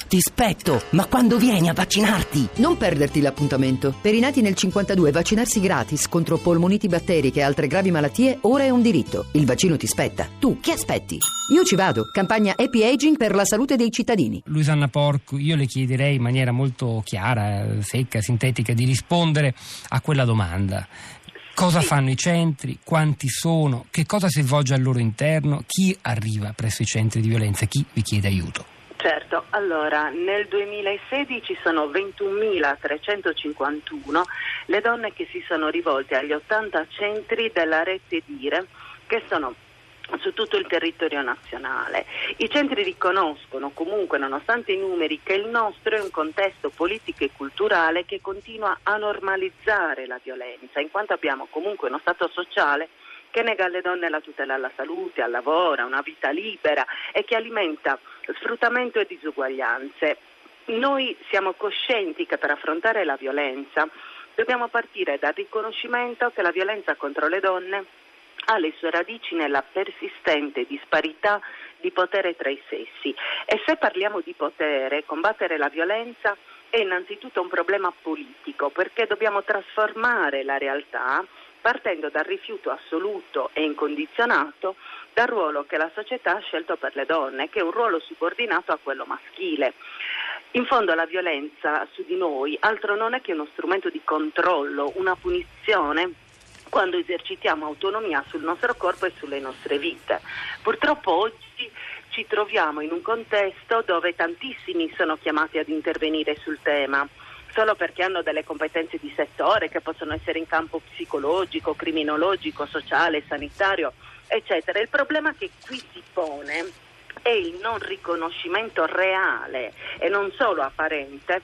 ti spetto, ma quando vieni a vaccinarti? Non perderti l'appuntamento. Per i nati nel 52 vaccinarsi gratis contro polmoniti batteriche e altre gravi malattie ora è un diritto. Il vaccino ti spetta. Tu che aspetti? Io ci vado. Campagna Happy Aging per la salute dei cittadini. Luisanna Porcu, io le chiederei in maniera molto chiara, secca, sintetica di rispondere a quella domanda. Cosa fanno i centri? Quanti sono? Che cosa si svolge al loro interno? Chi arriva presso i centri di violenza? Chi vi chiede aiuto? Certo, allora nel 2016 sono 21.351 le donne che si sono rivolte agli 80 centri della rete Dire, che sono su tutto il territorio nazionale. I centri riconoscono comunque, nonostante i numeri, che il nostro è un contesto politico e culturale che continua a normalizzare la violenza, in quanto abbiamo comunque uno stato sociale che nega alle donne la tutela alla salute, al lavoro, a una vita libera e che alimenta sfruttamento e disuguaglianze. Noi siamo coscienti che per affrontare la violenza dobbiamo partire dal riconoscimento che la violenza contro le donne ha le sue radici nella persistente disparità di potere tra i sessi. E se parliamo di potere, combattere la violenza è innanzitutto un problema politico, perché dobbiamo trasformare la realtà partendo dal rifiuto assoluto e incondizionato dal ruolo che la società ha scelto per le donne, che è un ruolo subordinato a quello maschile. In fondo la violenza su di noi altro non è che uno strumento di controllo, una punizione quando esercitiamo autonomia sul nostro corpo e sulle nostre vite. Purtroppo oggi ci troviamo in un contesto dove tantissimi sono chiamati ad intervenire sul tema, solo perché hanno delle competenze di settore che possono essere in campo psicologico, criminologico, sociale, sanitario, eccetera. Il problema che qui si pone è il non riconoscimento reale e non solo apparente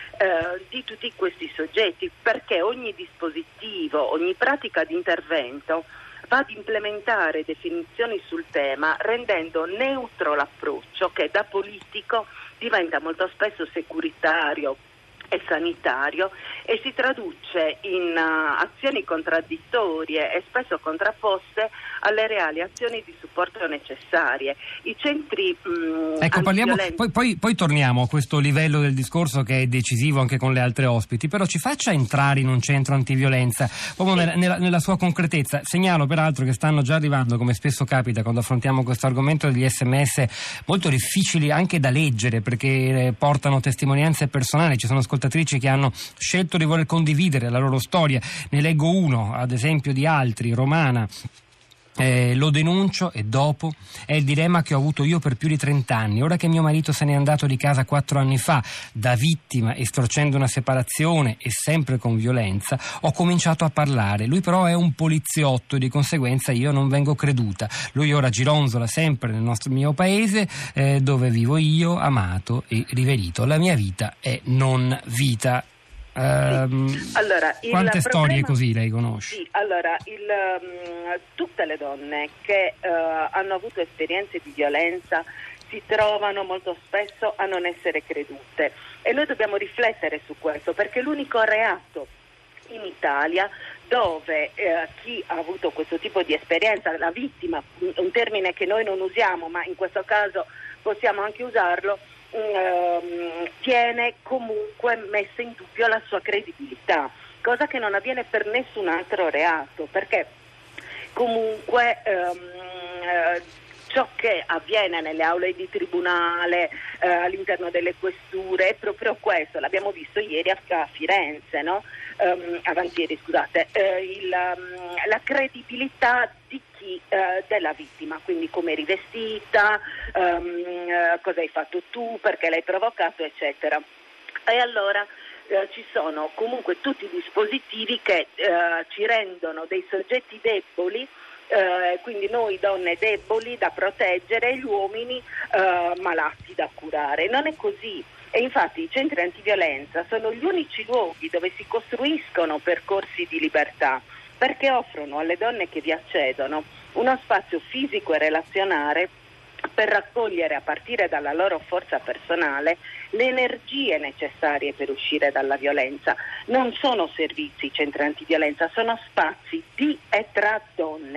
di tutti questi soggetti, perché ogni dispositivo, ogni pratica di intervento va ad implementare definizioni sul tema, rendendo neutro l'approccio che da politico diventa molto spesso securitario e sanitario e si traduce in azioni contraddittorie e spesso contrapposte alle reali azioni di supporto necessarie. I centri parliamo, poi torniamo a questo livello del discorso che è decisivo anche con le altre ospiti, però ci faccia entrare in un centro antiviolenza proprio nella sua concretezza. Segnalo peraltro che stanno già arrivando, come spesso capita quando affrontiamo questo argomento, degli SMS molto difficili anche da leggere, perché portano testimonianze personali. Ci sono ascoltatrici che hanno scelto di voler condividere la loro storia. Ne leggo uno, ad esempio, di altri. Romana: lo denuncio e dopo è il dilemma che ho avuto io per più di 30 anni. Ora che mio marito se n'è andato di casa 4 anni fa, da vittima, estorcendo una separazione e sempre con violenza, ho cominciato a parlare. Lui però è un poliziotto e di conseguenza io non vengo creduta. Lui ora gironzola sempre nel mio paese, dove vivo io, amato e riverito. La mia vita è non vita. Allora, quante storie così lei conosce? Sì, allora tutte le donne che hanno avuto esperienze di violenza si trovano molto spesso a non essere credute e noi dobbiamo riflettere su questo, perché è l'unico reato in Italia dove chi ha avuto questo tipo di esperienza, la vittima, un termine che noi non usiamo ma in questo caso possiamo anche usarlo, tiene comunque messa in dubbio la sua credibilità, cosa che non avviene per nessun altro reato, perché comunque ciò che avviene nelle aule di tribunale, all'interno delle questure, è proprio questo. L'abbiamo visto ieri a Firenze, no? Avantieri, scusate, la credibilità di della vittima, quindi come eri vestita, cosa hai fatto tu, perché l'hai provocato, eccetera. E allora ci sono comunque tutti i dispositivi che ci rendono dei soggetti deboli, quindi noi donne deboli da proteggere, gli uomini malati da curare. Non è così. E infatti i centri antiviolenza sono gli unici luoghi dove si costruiscono percorsi di libertà, perché offrono alle donne che vi accedono uno spazio fisico e relazionale per raccogliere, a partire dalla loro forza personale, le energie necessarie per uscire dalla violenza. Non sono servizi i centri antiviolenza, sono spazi di e tra donne.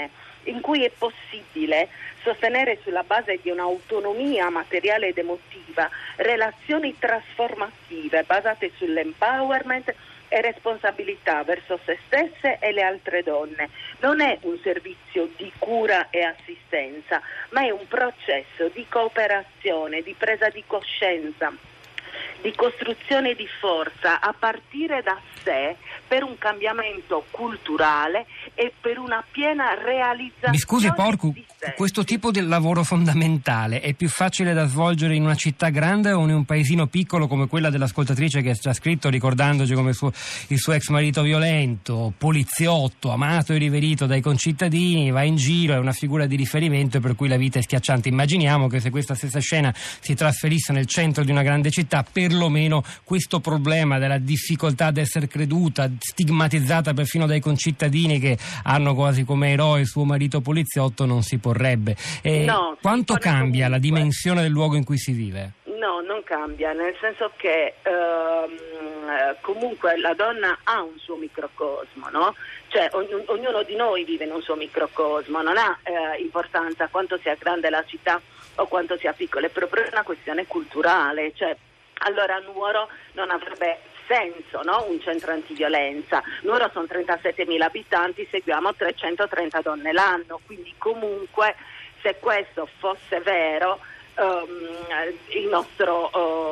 in cui è possibile sostenere sulla base di un'autonomia materiale ed emotiva relazioni trasformative basate sull'empowerment e responsabilità verso se stesse e le altre donne. Non è un servizio di cura e assistenza, ma è un processo di cooperazione, di presa di coscienza, di costruzione di forza a partire da sé per un cambiamento culturale e per una piena realizzazione. Mi scusi Porcu, questo tipo di lavoro fondamentale è più facile da svolgere in una città grande o in un paesino piccolo come quella dell'ascoltatrice che ci ha scritto ricordandoci come il suo ex marito violento, poliziotto, amato e riverito dai concittadini, va in giro, è una figura di riferimento per cui la vita è schiacciante. Immaginiamo che se questa stessa scena si trasferisse nel centro di una grande città, perlomeno questo problema della difficoltà ad essere creduta, stigmatizzata perfino dai concittadini che hanno quasi come eroe il suo marito poliziotto, non si porrebbe. No, quanto cambia la dimensione del luogo in cui si vive? No, non cambia, nel senso che comunque la donna ha un suo microcosmo, no? Cioè ognuno di noi vive in un suo microcosmo, non ha importanza quanto sia grande la città o quanto sia piccola, è proprio una questione culturale, cioè allora Nuoro non avrebbe senso, no? Un centro antiviolenza. Nuoro sono 37.000 abitanti, seguiamo 330 donne l'anno, quindi comunque se questo fosse vero il nostro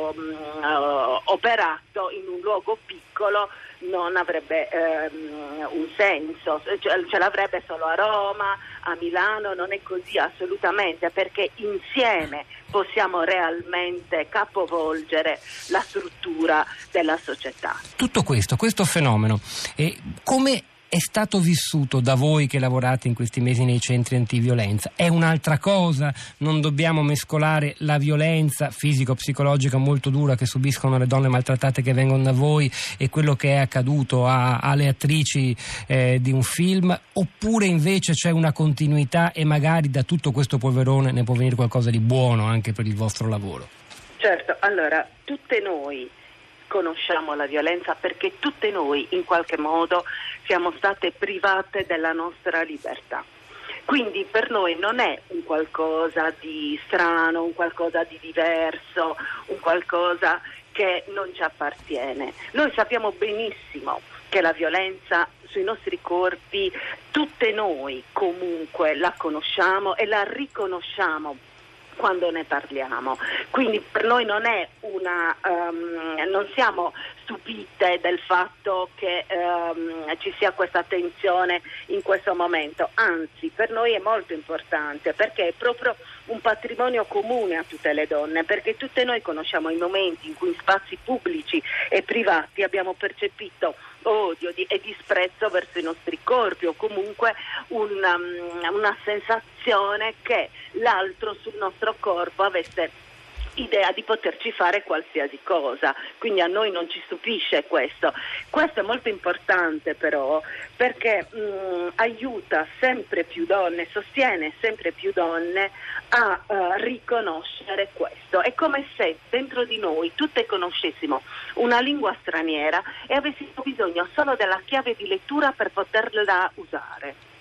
operato in un luogo piccolo non avrebbe un senso, ce l'avrebbe solo a Roma, a Milano, non è così assolutamente, perché insieme possiamo realmente capovolgere la struttura della società. Tutto questo fenomeno, come è stato vissuto da voi che lavorate in questi mesi nei centri antiviolenza? È un'altra cosa? Non dobbiamo mescolare la violenza fisico-psicologica molto dura che subiscono le donne maltrattate che vengono da voi e quello che è accaduto alle attrici di un film? Oppure invece c'è una continuità e magari da tutto questo polverone ne può venire qualcosa di buono anche per il vostro lavoro? Certo, allora tutte noi conosciamo la violenza perché tutte noi in qualche modo siamo state private della nostra libertà. Quindi per noi non è un qualcosa di strano, un qualcosa di diverso, un qualcosa che non ci appartiene. Noi sappiamo benissimo che la violenza sui nostri corpi, tutte noi comunque la conosciamo e la riconosciamo quando ne parliamo, quindi per noi non è non siamo stupite del fatto che ci sia questa tensione in questo momento, anzi per noi è molto importante perché è proprio un patrimonio comune a tutte le donne, perché tutte noi conosciamo i momenti in cui in spazi pubblici e privati abbiamo percepito odio e disprezzo verso i nostri corpi o comunque una sensazione che l'altro sul nostro corpo avesse idea di poterci fare qualsiasi cosa, quindi a noi non ci stupisce questo. Questo è molto importante però perché aiuta sempre più donne, sostiene sempre più donne a riconoscere questo. È come se dentro di noi tutte conoscessimo una lingua straniera e avessimo bisogno solo della chiave di lettura per poterla usare.